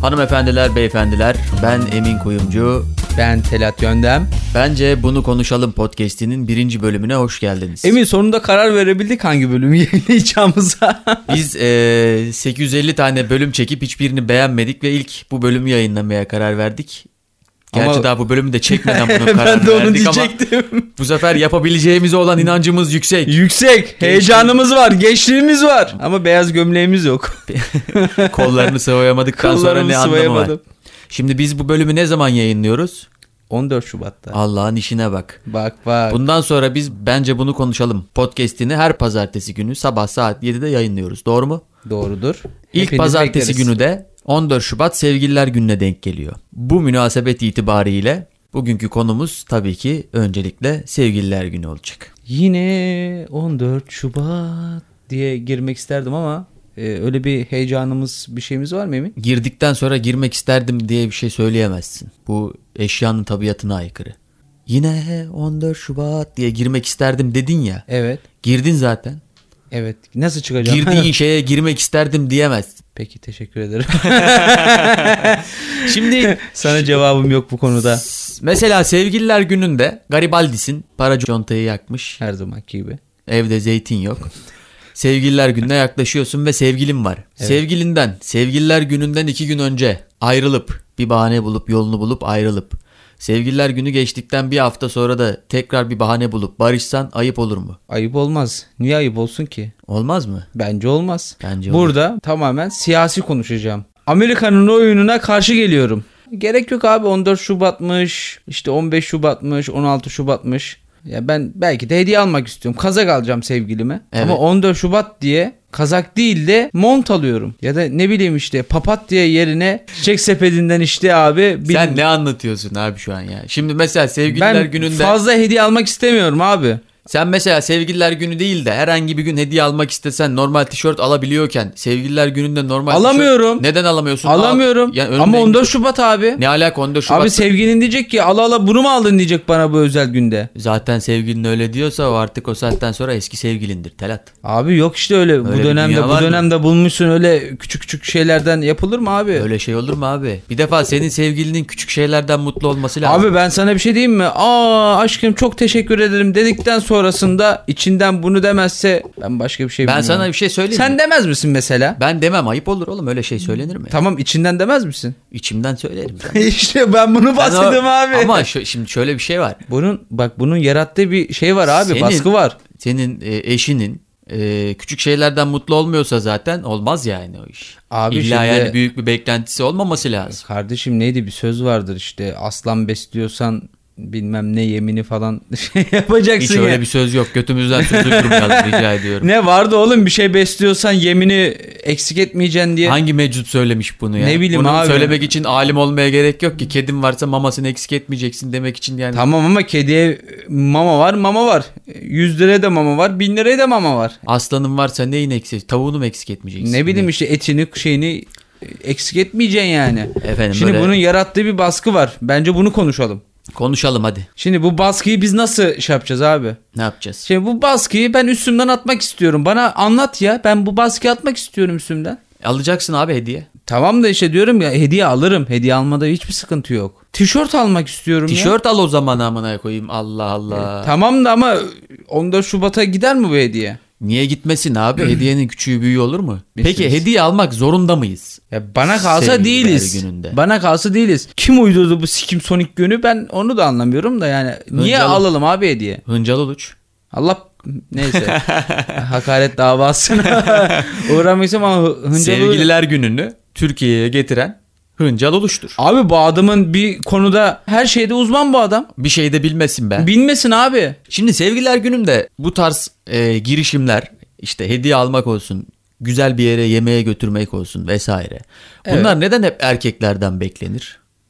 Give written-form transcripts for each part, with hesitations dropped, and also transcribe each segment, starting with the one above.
Hanımefendiler, beyefendiler, ben Emin Kuyumcu. Ben Telat Yöndem. Bence Bunu Konuşalım podcast'inin 1. bölümüne hoş geldiniz. Emin, sonunda karar verebildik hangi bölümü yayınlayacağımıza. Biz 850 tane bölüm çekip hiçbirini beğenmedik ve ilk bu bölümü yayınlamaya karar verdik. Gerçi ama daha bu bölümü de çekmeden bunu karar ben de onu verdik ama diyecektim. bu sefer yapabileceğimize olan inancımız yüksek. Yüksek, heyecanımız var, gençliğimiz var ama beyaz gömleğimiz yok. Kollarını sıvayamadıktan sonra ne anlamı var? Şimdi biz bu bölümü ne zaman yayınlıyoruz? 14 Şubat'ta. Allah'ın işine bak. Bak. Bundan sonra biz Bence Bunu Konuşalım podcast'ini her pazartesi günü sabah saat 7'de yayınlıyoruz. Doğru mu? Doğrudur. İlk Hepinizi pazartesi bekleriz. günü de 14 Şubat Sevgililer Günü'ne denk geliyor. Bu münasebet itibariyle bugünkü konumuz tabii ki öncelikle Sevgililer Günü olacak. Yine 14 Şubat diye girmek isterdim ama öyle bir heyecanımız, bir şeyimiz var mı Emin? Girdikten sonra girmek isterdim diye bir şey söyleyemezsin. Bu eşyanın tabiatına aykırı. Yine 14 Şubat diye girmek isterdim dedin ya. Evet. Girdin zaten. Evet. Nasıl çıkacağım? Girdiğin şeye girmek isterdim diyemezsin. Peki, teşekkür ederim. Şimdi sana cevabım yok bu konuda. mesela Sevgililer Günü'nde Garibaldis'in para contayı yakmış. Her zamanki gibi. Evde zeytin yok. Sevgililer Günü'ne yaklaşıyorsun ve sevgilin var. Evet. Sevgilinden, Sevgililer Günü'nden 2 gün önce ayrılıp, bir bahane bulup, yolunu bulup ayrılıp, Sevgililer Günü geçtikten bir hafta sonra da tekrar bir bahane bulup barışsan ayıp olur mu? Ayıp olmaz. Niye ayıp olsun ki? Olmaz mı? Bence olmaz. Bence burada tamamen siyasi konuşacağım. Amerika'nın oyununa karşı geliyorum. Gerek yok abi, 14 Şubat'mış, işte 15 Şubat'mış, 16 Şubat'mış. Ya ben belki de hediye almak istiyorum. Kazak alacağım sevgilime. Evet. Ama 14 Şubat diye kazak değil de mont alıyorum. Ya da ne bileyim işte papatya yerine çiçek sepetinden işte abi. Sen ne anlatıyorsun abi şu an ya? Şimdi mesela Sevgililer Ben Günü'nde fazla hediye almak istemiyorum abi. sen mesela Sevgililer Günü değil de herhangi bir gün hediye almak istesen normal tişört alabiliyorken Sevgililer Günü'nde normal Alamıyorum. tişört neden alamıyorsun? Alamıyorum. Yani Ama 14 Şubat abi. ne alaka 14 Şubat? Abi sevgilin diyecek ki ala bunu mu aldın diyecek bana bu özel günde. Zaten sevgilin öyle diyorsa o artık o saatten sonra eski sevgilindir Telat. Abi yok işte öyle. Bu bir dönemde dünya var mı? bulmuşsun, öyle küçük şeylerden yapılır mı abi? Öyle şey olur mu abi? Bir defa senin sevgilinin küçük şeylerden mutlu olması lazım. Abi ben sana bir şey diyeyim mi? Aşkım çok teşekkür ederim dedikten sonrasında içinden bunu demezse ben başka bir şey ben bilmiyorum. sana bir şey söyleyeyim Sen mi? demez misin mesela? Ben demem, ayıp olur oğlum, öyle şey söylenir mi? Tamam, içinden demez misin? İçimden söylerim. Canım. İşte ben bunu bahsediyorum abi. Ama şimdi şöyle bir şey var. Bunun yarattığı bir şey var abi, baskı var. Senin eşinin küçük şeylerden mutlu olmuyorsa zaten olmaz yani o iş. Abi İlla şimdi- yani büyük bir beklentisi olmaması lazım. Kardeşim neydi, bir söz vardır işte, aslan besliyorsan bilmem ne yemini falan şey yapacaksın Hiç öyle ya. bir söz yok. Götümüzden söz uydurmayalım rica ediyorum. Ne vardı oğlum, bir şey besliyorsan yemini eksik etmeyeceksin diye. Hangi meczup söylemiş bunu ya? Ne bileyim bunu abi. söylemek için alim olmaya gerek yok ki. Kedin varsa mamasını eksik etmeyeceksin demek için yani. Tamam ama kediye mama var. 100 liraya da mama var, 1000 liraya da mama var. Aslanın varsa neyin eksik? Tavuğunu mu eksik etmeyeceksin? Ne bileyim işte etini şeyini eksik etmeyeceksin yani. Efendim Şimdi böyle- bunun yarattığı bir baskı var. Bence bunu konuşalım. Konuşalım hadi. Şimdi bu baskıyı biz nasıl şey yapacağız abi? Ne yapacağız? Şimdi bu baskıyı ben üstümden atmak istiyorum. Bana anlat ya. Ben bu baskıyı atmak istiyorum üstümden. Alacaksın abi hediye. Tamam da işte diyorum ya, hediye alırım. Hediye almada hiçbir sıkıntı yok. Tişört almak istiyorum ya. Tişört al o zaman, amına koyayım. Allah Allah. Tamam da ama 14 Şubat'a gider mi bu hediye? Niye gitmesin abi? Hediyenin küçüğü büyüğü olur mu? Bilsiniz. Peki hediye almak zorunda mıyız? Ya bana kalsa Sevgililer değiliz. Gününde. Bana kalsa değiliz. Kim uydurdu bu sikim sonik günü, ben onu da anlamıyorum da yani. Niye Hıncalı. alalım abi hediye? Hıncal uluç. Allah neyse. Hakaret davasına uğramışım ama hıncalı. Sevgililer Günü'nü Türkiye'ye getiren Hıncal Uluş'tur. Abi bu adamın bir konuda her şeyde uzman bu adam. Bir şey de bilmesin be. Bilmesin abi. Şimdi Sevgililer Günü'nde bu tarz girişimler, işte hediye almak olsun, güzel bir yere yemeğe götürmek olsun vesaire. Bunlar neden hep erkeklerden beklenir?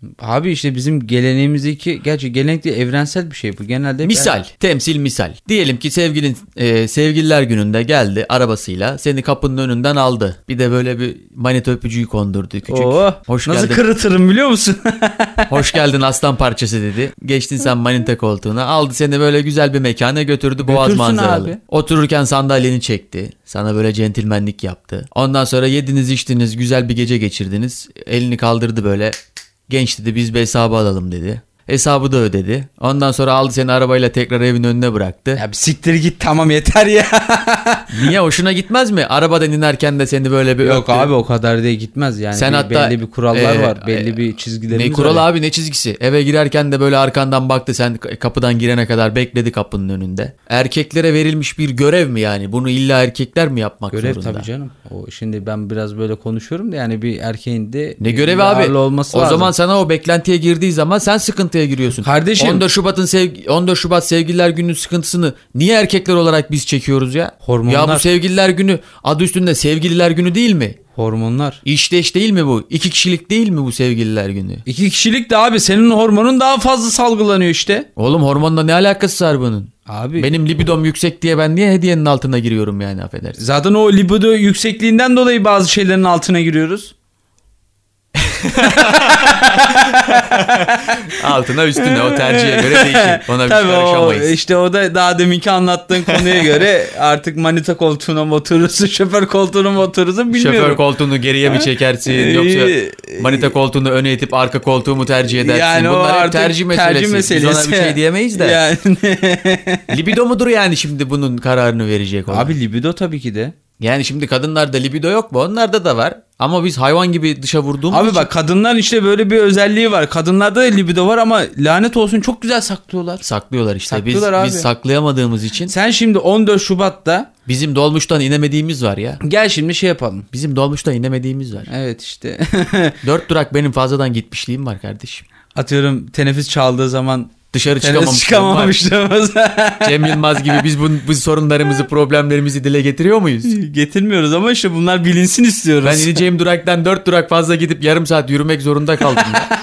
Abi işte bizim geleneğimizdeki, gerçi gelenek değil, evrensel bir şey bu. Genelde hep Misal, temsil misal. Diyelim ki sevgililer gününde geldi arabasıyla, seni kapının önünden aldı. Bir de böyle bir manita öpücüğü kondurdu küçük. Hoş nasıl geldin. kırıtırım biliyor musun? Hoş geldin aslan parçası dedi. Geçtin sen manita koltuğuna. Aldı seni böyle güzel bir mekana götürdü, boğaz Götürsün manzaralı. abi. Otururken sandalyeni çekti. Sana böyle centilmenlik yaptı. Ondan sonra yediniz içtiniz, güzel bir gece geçirdiniz. Elini kaldırdı böyle. Genç dedi, biz bir hesabı alalım dedi. Hesabı da ödedi. Ondan sonra aldı seni arabayla tekrar evin önüne bıraktı. Ya bir siktir git, tamam yeter ya. Niye, hoşuna gitmez mi? Arabadan inerken de seni böyle bir Yok öptü. abi, o kadar da gitmez yani. Sen hatta, belli bir kurallar var. Belli bir çizgilerimiz Ne var. kuralı abi, ne çizgisi? Eve girerken de böyle arkandan baktı, sen kapıdan girene kadar bekledi kapının önünde. Erkeklere verilmiş bir görev mi yani? Bunu illa erkekler mi yapmak Görev zorunda? tabii canım. O şimdi ben biraz böyle konuşuyorum da yani bir erkeğin de Ne görevi bir abi? ağırlığı olması O lazım. zaman sana o beklentiye girdiği zaman sen sıkıntıya giriyorsun. Kardeşim. 14 Şubat Sevgililer Günü sıkıntısını niye erkekler olarak biz çekiyoruz ya? Hormonlar. Ya bu Sevgililer Günü adı üstünde Sevgililer Günü değil mi? Hormonlar. İşte değil mi bu? 2 kişilik değil mi bu Sevgililer Günü? 2 kişilik de abi senin hormonun daha fazla salgılanıyor işte. Oğlum hormonla ne alakası var bunun? Abi. Benim libidom yüksek diye ben niye hediyenin altına giriyorum yani, affedersin. Zaten o libido yüksekliğinden dolayı bazı şeylerin altına giriyoruz. Altına üstüne o tercihe göre değişir. Ona Tabii biz karışamayız. işte o da daha deminki anlattığın konuya göre artık manita koltuğuna mı oturursun, şoför koltuğuna mı oturursun bilmiyorum. Şoför koltuğunu geriye mi çekersin yoksa manita koltuğunu öne itip arka koltuğu mu tercih edersin? Yani Bunlar hep artık tercih meselesi. Biz ona bir şey diyemeyiz de. Yani. Libido mudur yani şimdi bunun kararını verecek olan? Abi libido tabii ki de. Yani şimdi kadınlarda libido yok mu? Onlarda da var. Ama biz hayvan gibi dışa vurduğumuz Abi için... bak, kadınlar işte böyle bir özelliği var. Kadınlarda da libido var ama lanet olsun çok güzel saklıyorlar. Saklıyorlar işte. Saklıyorlar abi. Biz saklayamadığımız için Sen şimdi 14 Şubat'ta bizim dolmuştan inemediğimiz var ya. gel şimdi şey yapalım. Bizim dolmuştan inemediğimiz var. Evet işte. 4 durak benim fazladan gitmişliğim var kardeşim. Atıyorum teneffüs çaldığı zaman Dışarı teneffüs çıkamamıştım. Cem Yılmaz gibi biz bu sorunlarımızı, problemlerimizi dile getiriyor muyuz? Getirmiyoruz ama işte bunlar bilinsin istiyoruz. Ben ineceğim duraktan 4 durak fazla gidip yarım saat yürümek zorunda kaldım ya.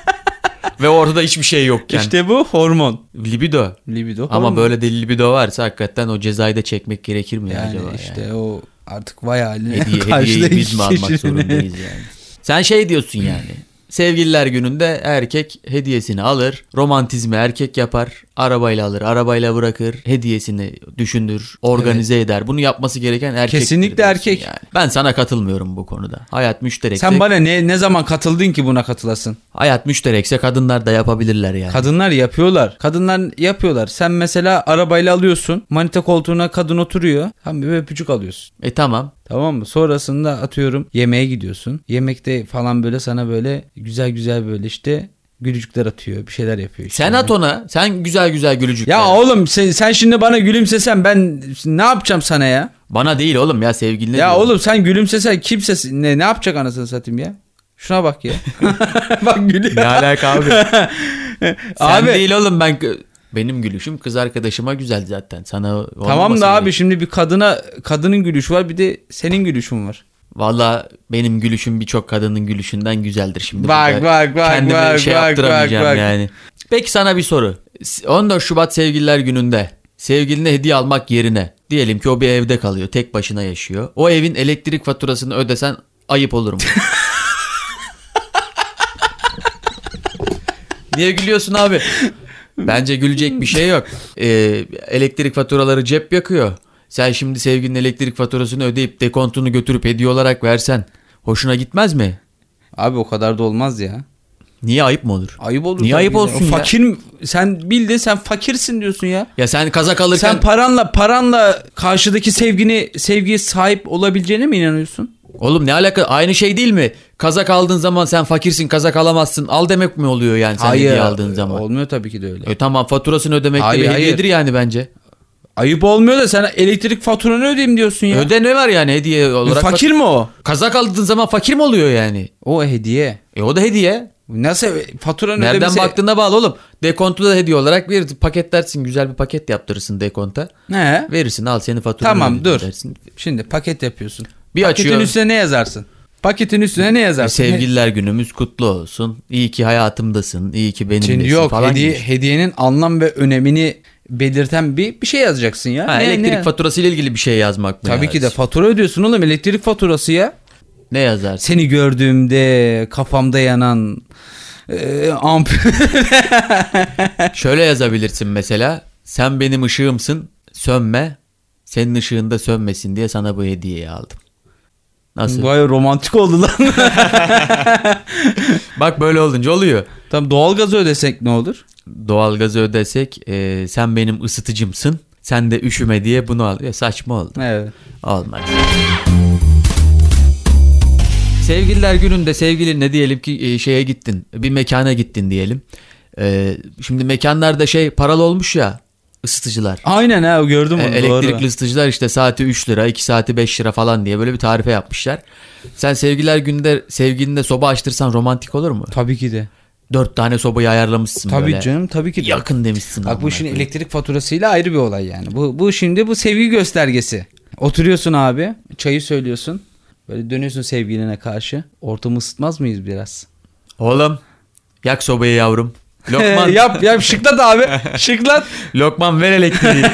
Ve ortada hiçbir şey yokken. İşte bu hormon. Libido. Libido Ama hormon. böyle de libido varsa hakikaten o cezayı da çekmek gerekir mi yani acaba? işte yani? o artık vay haline. Hediyeyi biz mi almak kişinin. zorundayız yani? Sen şey diyorsun yani. Sevgililer gününde erkek hediyesini alır, romantizmi erkek yapar, arabayla alır, arabayla bırakır, hediyesini düşünür, organize eder. Bunu yapması gereken erkek. Kesinlikle erkek. Yani. Ben sana katılmıyorum bu konuda. Hayat müşterekse. Sen bana ne zaman katıldın ki buna katılasın? Hayat müşterekse kadınlar da yapabilirler yani. Kadınlar yapıyorlar. Kadınlar yapıyorlar. Sen mesela arabayla alıyorsun. Manita koltuğuna kadın oturuyor. Tam bir öpücük alıyorsun. Tamam. Tamam mı? Sonrasında atıyorum yemeğe gidiyorsun. Yemekte falan böyle sana böyle güzel güzel böyle işte gülücükler atıyor. Bir şeyler yapıyor işte. Sen at ona. Sen güzel gülücükler. Ya oğlum sen şimdi bana gülümsesen ben ne yapacağım sana ya? Bana değil oğlum ya, sevgiline Ya diyorum. oğlum sen gülümsesen kimse ne yapacak anasını satayım ya? Şuna bak ya. Bak gülüyor. Ne alaka abi? Sen Abi değil oğlum, benim gülüşüm kız arkadaşıma güzel zaten. Sana tamam da abi gerek. şimdi bir kadının gülüşü var, bir de senin gülüşün var. Valla benim gülüşüm birçok kadının gülüşünden güzeldir şimdi. Bak, burada bak, bak, kendime bak, şey bak, yaptıramayacağım bak. yani. Peki sana bir soru. 14 Şubat Sevgililer Günü'nde sevgiline hediye almak yerine diyelim ki o bir evde kalıyor, tek başına yaşıyor. O evin elektrik faturasını ödesen ayıp olur mu? Niye gülüyorsun abi? Bence gülecek bir şey yok. Elektrik faturaları cep yakıyor. Sen şimdi sevgilinin elektrik faturasını ödeyip dekontunu götürüp hediye olarak versen hoşuna gitmez mi? Abi o kadar da olmaz ya. Niye, ayıp mı olur? Ayıp olur. Niye tabii ayıp ya. olsun ya? Fakir sen bildin, sen fakirsin diyorsun ya. Ya sen kazak alırken... Sen paranla karşıdaki sevgiye sahip olabileceğine mi inanıyorsun? Oğlum ne alaka? Aynı şey değil mi? Kazak aldığın zaman sen fakirsin, kazak alamazsın. Al demek mi oluyor yani sen hediye aldığın zaman? Olmuyor tabii ki de öyle. Tamam, faturasını ödemek de Hayır, bir hayır. hediyedir yani bence. Ayıp olmuyor da sen elektrik faturanı ödeyeyim diyorsun ya. Öde ne var yani hediye olarak? Fakir mi o? Kazak aldığın zaman fakir mi oluyor yani? O hediye. O da hediye. Nasıl faturanı Nereden ödemesi? baktığına bağlı oğlum. Dekontu da hediye olarak verir. Paketlersin, güzel bir paket yaptırırsın dekonta. Ne? Verirsin, al senin faturanı Tamam ödedim dur. dersin. Şimdi paket yapıyorsun. Bir Paketin açıyor. üstüne ne yazarsın? Paketin üstüne ne yazarsın? Sevgililer günümüz kutlu olsun. İyi ki hayatımdasın. İyi ki benimlesin Şimdi yok, falan gibi. hediyenin anlam ve önemini belirten bir şey yazacaksın ya. Ha, elektrik faturası ile ilgili bir şey yazmak mı? Tabii ki de fatura ödüyorsun oğlum, elektrik faturası ya. Ne yazarsın? Seni gördüğümde kafamda yanan Şöyle yazabilirsin mesela. Sen benim ışığımsın, sönme. Senin ışığında sönmesin diye sana bu hediyeyi aldım. Nasıl? Vay, romantik oldu lan. Bak böyle olunca oluyor. Tamam, doğalgazı ödesek ne olur? Doğalgazı ödesek sen benim ısıtıcımsın. Sen de üşüme diye bunu al. Saçma oldu. Evet. Olmaz. Sevgililer gününde sevgilinle diyelim ki şeye gittin. Bir mekana gittin diyelim. Şimdi mekanlarda paralı olmuş ya, ısıtıcılar. Aynen ha, gördüm onu. Elektrikli doğru. ısıtıcılar işte saati 3 lira, 2 saati 5 lira falan diye böyle bir tarife yapmışlar. Sen sevgililer gününde sevgilinle soba açtırsan romantik olur mu? Tabii ki de. 4 tane sobayı ayarlamışsın Tabii böyle. canım, tabii ki de. Yakın demişsin. Bak bu işin elektrik faturasıyla ayrı bir olay yani. Bu şimdi bu sevgi göstergesi. Oturuyorsun abi, çayı söylüyorsun. Böyle dönüyorsun sevgiline karşı. Ortamı ısıtmaz mıyız biraz? Oğlum yak sobayı yavrum. Lokman. yap şıklat abi. Şıklat. Lokman ver elektriği.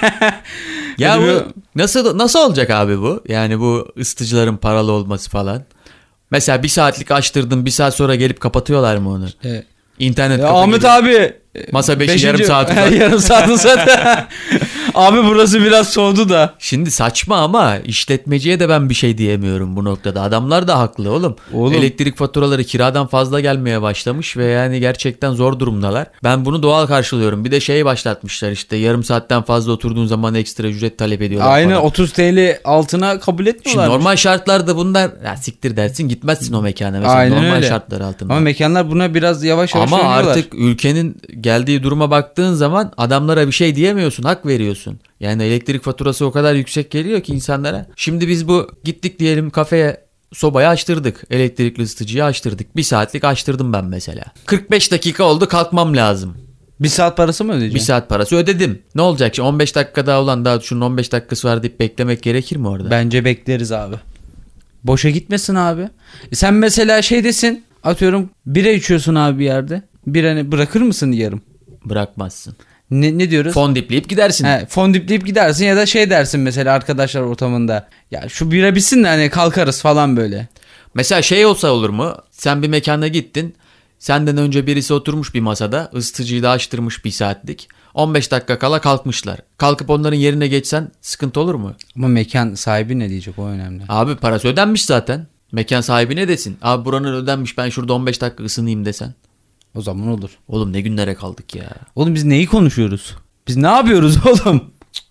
Ya bu nasıl olacak abi bu? Yani bu ısıtıcıların paralı olması falan. Mesela 1 saatlik açtırdın, 1 saat sonra gelip kapatıyorlar mı onu? Evet. İnternet Ahmet abi. Masa 5'i yarım saat uzak. Yarım saat uzak. Abi burası biraz soğudu da. Şimdi saçma ama işletmeciye de ben bir şey diyemiyorum bu noktada. Adamlar da haklı oğlum. Elektrik faturaları kiradan fazla gelmeye başlamış ve yani gerçekten zor durumdalar. Ben bunu doğal karşılıyorum. Bir de başlatmışlar işte, yarım saatten fazla oturduğun zaman ekstra ücret talep ediyorlar. Aynen falan. 30 TL altına kabul etmiyorlar. Şimdi normal şartlarda bunlar siktir dersin, gitmezsin o mekana. Mesela Aynen normal öyle. şartlar altında. Ama mekanlar buna biraz yavaş Ama oynuyorlar. artık ülkenin geldiği duruma baktığın zaman adamlara bir şey diyemiyorsun, hak veriyorsun. Yani elektrik faturası o kadar yüksek geliyor ki insanlara. Şimdi biz gittik diyelim kafeye, sobayı açtırdık. Elektrikli ısıtıcıyı açtırdık. 1 saatlik açtırdım ben mesela. 45 dakika oldu, kalkmam lazım. 1 saat parası mı ödeyeceksin? 1 saat parası ödedim. Ne olacak şimdi 15 dakika daha olan, daha şunun 15 dakikası var deyip beklemek gerekir mi orada? Bence bekleriz abi. Boşa gitmesin abi. Sen mesela desin, atıyorum bira içiyorsun abi bir yerde. Biranı bırakır mısın yarım? Bırakmazsın. Ne diyoruz? Fon dipleyip gidersin. Fon dipleyip gidersin ya da dersin mesela arkadaşlar ortamında. Ya şu bira bitsin de hani kalkarız falan böyle. Mesela olsa olur mu? Sen bir mekana gittin. Senden önce birisi oturmuş bir masada. Isıtıcıyı da açtırmış 1 saatlik. 15 dakika kala kalkmışlar. Kalkıp onların yerine geçsen sıkıntı olur mu? Ama mekan sahibi ne diyecek, o önemli. Abi parası ödenmiş zaten. Mekan sahibi ne desin? Abi buranın ödenmiş, ben şurada 15 dakika ısınayım desen. O zaman olur. Oğlum ne günlere kaldık ya. Oğlum biz neyi konuşuyoruz? Biz ne yapıyoruz oğlum?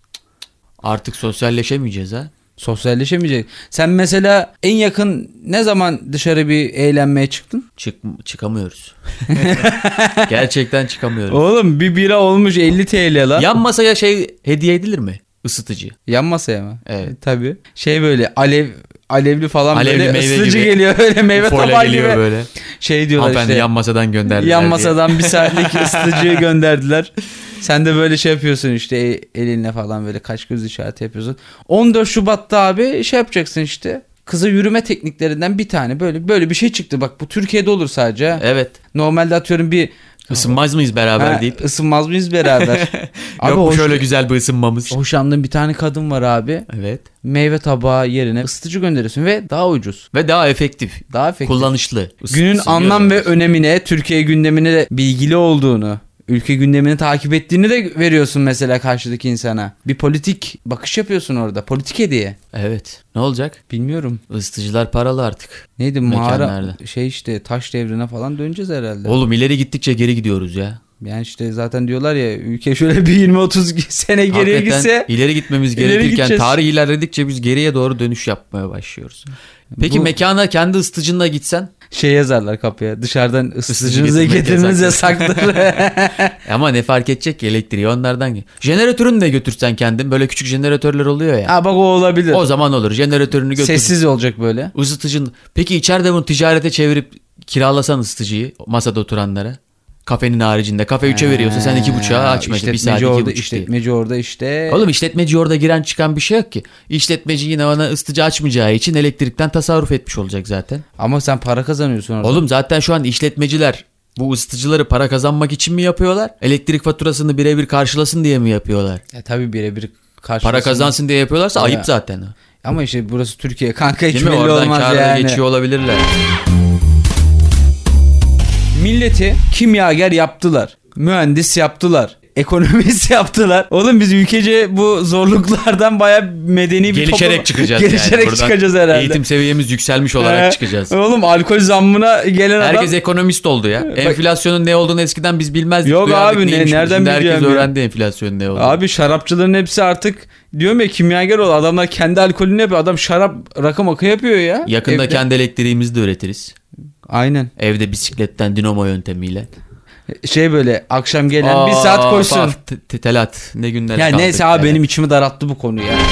Artık sosyalleşemeyeceğiz ha. Sosyalleşemeyecek. Sen mesela en yakın ne zaman dışarı bir eğlenmeye çıktın? Çıkamıyoruz. Gerçekten çıkamıyoruz. Oğlum bir bira olmuş 50 TL lan. Yan masaya hediye edilir mi? Isıtıcı. Yan masaya mı? Evet. Tabii. Böyle alevli falan, Alevli böyle meyve ısıtıcı gibi. geliyor, öyle meyve Folyo tabağı geliyor gibi. böyle. Diyorlar Hanımefendi işte. yan masadan gönderdiler Yan diye. masadan 1 saatlik ısıtıcıyı gönderdiler. Sen de böyle yapıyorsun işte elinle falan böyle kaş göz işareti yapıyorsun. 14 Şubat'ta abi yapacaksın işte. Kıza yürüme tekniklerinden bir tane böyle bir şey çıktı. Bak bu Türkiye'de olur sadece. Evet. Normalde atıyorum bir Isınmaz mıyız beraber deyip. ısınmaz mıyız beraber? Abi Yok bu şöyle güzel bir ısınmamız. Hoşlandığın bir tane kadın var abi. Evet. Meyve tabağı yerine ısıtıcı gönderiyorsun ve daha ucuz. Ve daha efektif. Daha efektif. Kullanışlı. Günün Isınıyor anlam yani. ve önemine, Türkiye gündemine de bilgili olduğunu, ülke gündemini takip ettiğini de veriyorsun mesela karşıdaki insana. Bir politik bakış yapıyorsun orada. Politik hediye. Evet. Ne olacak? Bilmiyorum. Isıtıcılar paralı artık. Neydi mağara Mekanlarda. işte taş devrine falan döneceğiz herhalde. Oğlum ileri gittikçe geri gidiyoruz ya. Yani işte zaten diyorlar ya, ülke şöyle bir 20-30 sene geriye Hakikaten gitse ileri gitmemiz ileri gerekirken gideceğiz. tarih ilerledikçe biz geriye doğru dönüş yapmaya başlıyoruz. Peki Bu- mekana kendi ısıtıcınla gitsen? yazarlar kapıya. Dışarıdan ısıtıcınızı getirmek getirmeniz yasaktır. Ama ne fark edecek ki elektriği onlardan. Jeneratörünü de götürsen kendin. Böyle küçük jeneratörler oluyor ya. Ha bak o olabilir. O zaman olur. Jeneratörünü götür. Sessiz olacak böyle. Isıtıcın. Peki içeride bunu ticarete çevirip kiralasan ısıtıcıyı masada oturanlara. Kafenin haricinde. Kafe 3'e veriyorsa sen 2.5'a aç mesela. 1 saat 2.5 diye. İşletmeci orada işte. Oğlum işletmeci orada giren çıkan bir şey yok ki. İşletmeci yine ona ısıtıcı açmayacağı için elektrikten tasarruf etmiş olacak zaten. Ama sen para kazanıyorsun orada. Oğlum zaten şu an işletmeciler bu ısıtıcıları para kazanmak için mi yapıyorlar? Elektrik faturasını birebir karşılasın diye mi yapıyorlar? Tabii birebir karşılasın. Para kazansın diye yapıyorlarsa ayıp zaten. Ama işte burası Türkiye kanka, hiç Değil mi? belli Oradan olmaz kârla yani. geçiyor olabilirler. Milleti kimyager yaptılar. Mühendis yaptılar. Ekonomist yaptılar. Oğlum biz ülkece bu zorluklardan baya medeni bir Gelişerek çıkacağız Gelişerek yani. çıkacağız herhalde. Eğitim seviyemiz yükselmiş olarak çıkacağız. Oğlum alkol zammına gelen adam. Herkes ekonomist oldu ya. Enflasyonun ne olduğunu eskiden biz bilmezdik. Yok Duyardık abi, neymiş. nereden Şimdi bileceğim herkes ya? öğrendi enflasyonun ne olduğunu. Abi şarapçıların hepsi artık diyorum ya kimyager ol. Adamlar kendi alkolünü yapıyor. Adam şarap rakı akı yapıyor ya. Yakında evde. kendi elektriğimizi de üretiriz. Aynen. Evde bisikletten dinamo yöntemiyle. Böyle akşam gelen bir saat koysun. Telat ne günler Ya neyse abi, benim içimi daralttı bu konu ya.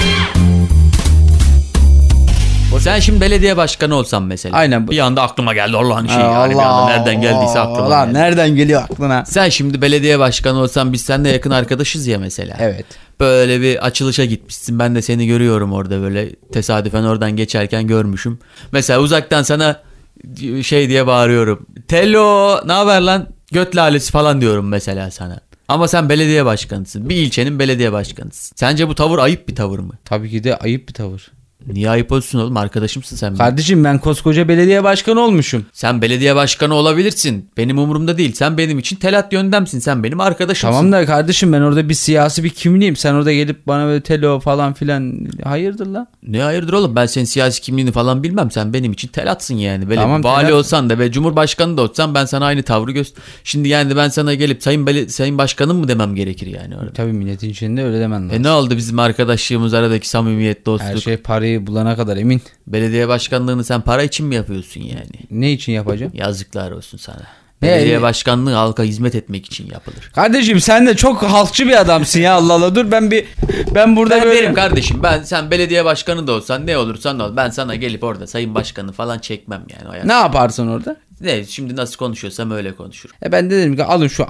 Sen şimdi belediye başkanı olsan mesela. Aynen. Bir anda aklıma geldi Allah'ın şeyi. Yani bir anda nereden geldiyse aklıma Allah, geldi. nereden geliyor aklına? Sen şimdi belediye başkanı olsan biz seninle yakın arkadaşız ya mesela. Evet. Böyle bir açılışa gitmişsin. Ben de seni görüyorum orada böyle tesadüfen oradan geçerken görmüşüm. Mesela uzaktan sana şey diye bağırıyorum. Tello ne haber lan? Göt lalesi falan diyorum mesela sana. Ama sen belediye başkanısın. Bir ilçenin belediye başkanısın. Sence bu tavır ayıp bir tavır mı? Tabii ki de ayıp bir tavır. Niye ayıp olsun oğlum? Arkadaşımsın sen benim. Kardeşim ben koskoca belediye başkanı olmuşum. Sen belediye başkanı olabilirsin. Benim umurumda değil. Sen benim için telat yöndemsin. Sen benim arkadaşımsın. Tamam da kardeşim ben orada bir siyasi bir kimliğim. Sen orada gelip bana böyle telo falan filan, hayırdır la? Ne hayırdır oğlum? Ben senin siyasi kimliğini falan bilmem. Sen benim için telatsın yani. Böyle Tamam, vali telat. olsan da ve cumhurbaşkanı da olsan ben sana aynı tavrı Şimdi yani ben sana gelip sayın başkanım mı demem gerekir yani orada. Tabii milletin içinde öyle demen lazım. Ne oldu bizim arkadaşlığımız aradaki samimiyet, dostluk? Her şey parayı bulana kadar emin. Belediye başkanlığını sen para için mi yapıyorsun yani? Ne için yapacağım? Yazıklar olsun sana. Belediye başkanlığı halka hizmet etmek için yapılır. Kardeşim sen de çok halkçı bir adamsın ya, Allah Allah. Dur ben burada Ben böyle... derim kardeşim, sen belediye başkanı da olsan ne olursan ol. Ben sana gelip orada sayın başkanı falan çekmem yani. O hayat. Ne yaparsın orada? Ne şimdi nasıl konuşuyorsam öyle konuşurum. Ben de dedim ki alın şu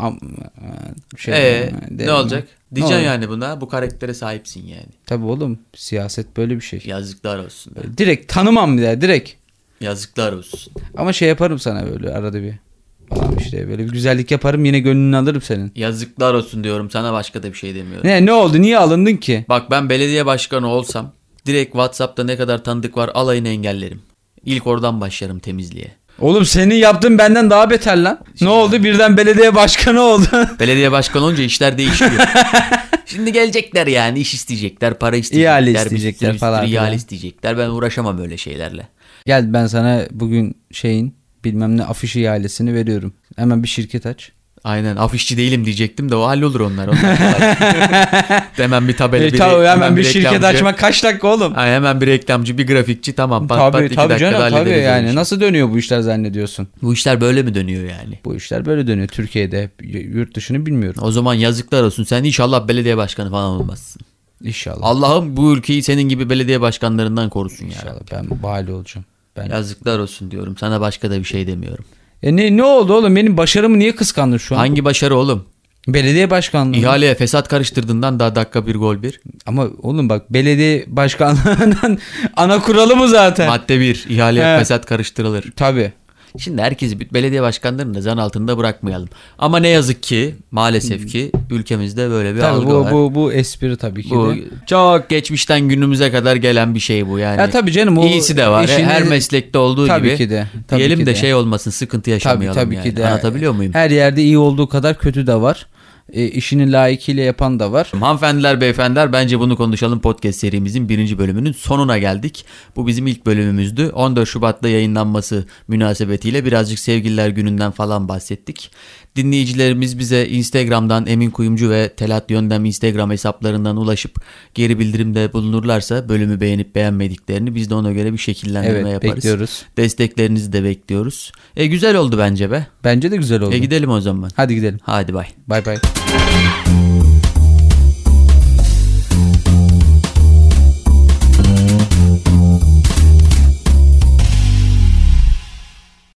Ne olacak? Diyeceksin olur? yani buna, bu karaktere sahipsin yani. Tabii oğlum, siyaset böyle bir şey. Yazıklar olsun. Direkt tanımam bir daha, direkt. Yazıklar olsun. Ama şey yaparım sana böyle arada bir. Falan işte böyle bir güzellik yaparım, yine gönlünü alırım senin. Yazıklar olsun diyorum sana, başka da bir şey demiyorum. Ne oldu, niye alındın ki? Bak ben belediye başkanı olsam direkt WhatsApp'ta ne kadar tanıdık var alayını engellerim. İlk oradan başlarım temizliğe. Oğlum senin yaptığın benden daha beter lan. Ne oldu, birden belediye başkanı oldu. Belediye başkanı olunca işler değişiyor. Şimdi gelecekler yani, iş isteyecekler, para isteyecekler. İhale isteyecekler bir sürü falan ihale filan. isteyecekler. Ben uğraşamam öyle şeylerle. Gel ben sana bugün bilmem ne afiş ihalesini veriyorum. Hemen bir şirket aç. Aynen, afişçi değilim diyecektim de o hallolur onlar. Hemen bir tabela, Hemen bir şirket açmak kaç dakika oğlum? Ay, hemen bir reklamcı, bir grafikçi, tamam pat pat 2 Tabii dakikada canım, tabii hallederiz. yani. Nasıl dönüyor bu işler zannediyorsun? Bu işler böyle mi dönüyor yani? Bu işler böyle dönüyor Türkiye'de. Yurt dışını bilmiyorum. O zaman yazıklar olsun. Sen inşallah belediye başkanı falan olmazsın. İnşallah. Allah'ım bu ülkeyi senin gibi belediye başkanlarından korusun ya. İnşallah ben vali olacağım. Yazıklar olsun diyorum. Sana başka da bir şey demiyorum. Ne oldu oğlum? Benim başarımı niye kıskandın şu an? Hangi başarı oğlum? Belediye başkanlığı. İhaleye fesat karıştırdığından daha dakika bir gol bir. Ama oğlum bak, belediye başkanlığının ana kuralı mı zaten? Madde 1. İhaleye He. fesat karıştırılır. Tabii. Şimdi herkesi belediye başkanlarını da zan altında bırakmayalım. Ama ne yazık ki maalesef ki ülkemizde böyle bir Tabii algı var. bu espri tabii ki Bu de. çok geçmişten günümüze kadar gelen bir şey bu yani. Ya tabii canım, o İyisi de var. işini- Her meslekte olduğu Tabii gibi. ki de, tabii Diyelim ki de de. şey olmasın, sıkıntı yaşamayalım Tabii yani. ki de. Anlatabiliyor muyum? Her yerde iyi olduğu kadar kötü de var. İşini layıkıyla yapan da var. Hanımefendiler, beyefendiler, bence bunu konuşalım podcast serimizin 1. bölümünün sonuna geldik. Bu bizim ilk bölümümüzdü. 14 Şubat'ta yayınlanması münasebetiyle birazcık Sevgililer Günü'nden falan bahsettik. Dinleyicilerimiz bize Instagram'dan Emin Kuyumcu ve Telat Yöndem Instagram hesaplarından ulaşıp geri bildirimde bulunurlarsa bölümü beğenip beğenmediklerini biz de ona göre bir şekillendirme Evet, yaparız. bekliyoruz. Desteklerinizi de bekliyoruz. Güzel oldu bence be. Bence de güzel oldu. Gidelim o zaman. Hadi gidelim. Hadi bay. Bay bay.